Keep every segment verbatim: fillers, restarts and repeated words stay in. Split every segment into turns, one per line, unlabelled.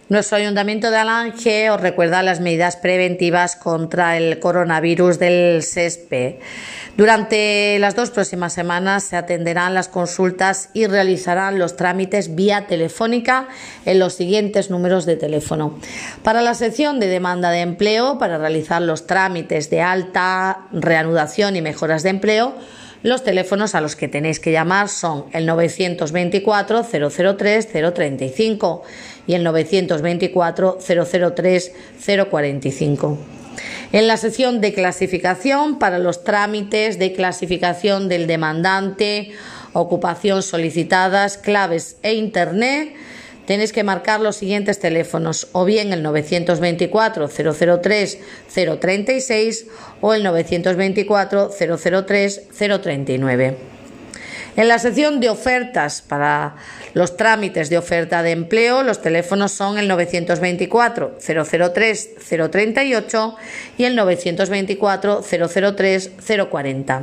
Nuestro Ayuntamiento de Alange os recuerda las medidas preventivas contra el coronavirus del S E S P. Durante las dos próximas semanas se atenderán las consultas y realizarán los trámites vía telefónica en los siguientes números de teléfono. Para la sección de demanda de empleo, para realizar los trámites de alta, reanudación y mejoras de empleo, los teléfonos a los que tenéis que llamar son el novecientos veinticuatro cero cero tres cero treinta y cinco y el novecientos veinticuatro cero cero tres cero cuarenta y cinco. En la sección de clasificación, para los trámites de clasificación del demandante, ocupación solicitadas, claves e internet, tenéis que marcar los siguientes teléfonos, o bien el novecientos veinticuatro cero cero tres cero treinta y seis o el novecientos veinticuatro cero cero tres cero treinta y nueve. En la sección de ofertas, para los trámites de oferta de empleo, los teléfonos son el novecientos veinticuatro cero cero tres cero treinta y ocho y el novecientos veinticuatro cero cero tres cero cuarenta.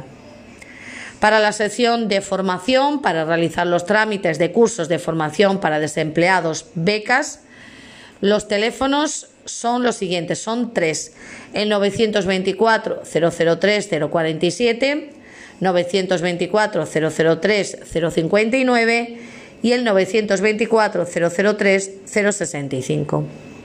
Para la sección de formación, para realizar los trámites de cursos de formación para desempleados, becas, los teléfonos son los siguientes, son tres: el novecientos veinticuatro cero cero tres cero cuarenta y siete, novecientos veinticuatro cero cero tres cero cincuenta y nueve y el novecientos veinticuatro cero cero tres cero sesenta y cinco.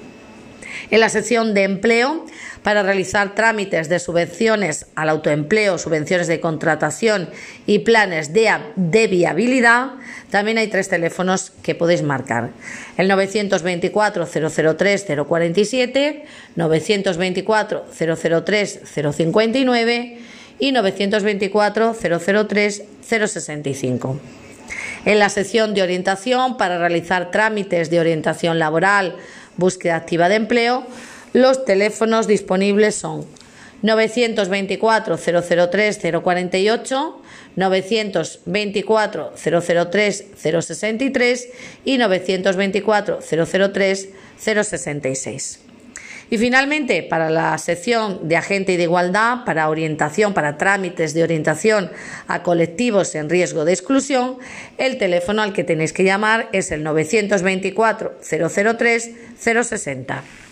En la sección de empleo, para realizar trámites de subvenciones al autoempleo, subvenciones de contratación y planes de, de viabilidad, también hay tres teléfonos que podéis marcar: el novecientos veinticuatro cero cero tres cero cuarenta y siete, novecientos veinticuatro cero cero tres cero cincuenta y nueve y novecientos veinticuatro cero cero tres cero sesenta y cinco. En la sección de orientación, para realizar trámites de orientación laboral, búsqueda activa de empleo, los teléfonos disponibles son novecientos veinticuatro cero cero tres cero cuarenta y ocho, novecientos veinticuatro cero cero tres cero sesenta y tres y novecientos veinticuatro cero cero tres cero sesenta y seis. Y finalmente, para la sección de agente y de igualdad, para orientación, para trámites de orientación a colectivos en riesgo de exclusión, el teléfono al que tenéis que llamar es el novecientos veinticuatro cero cero tres cero sesenta.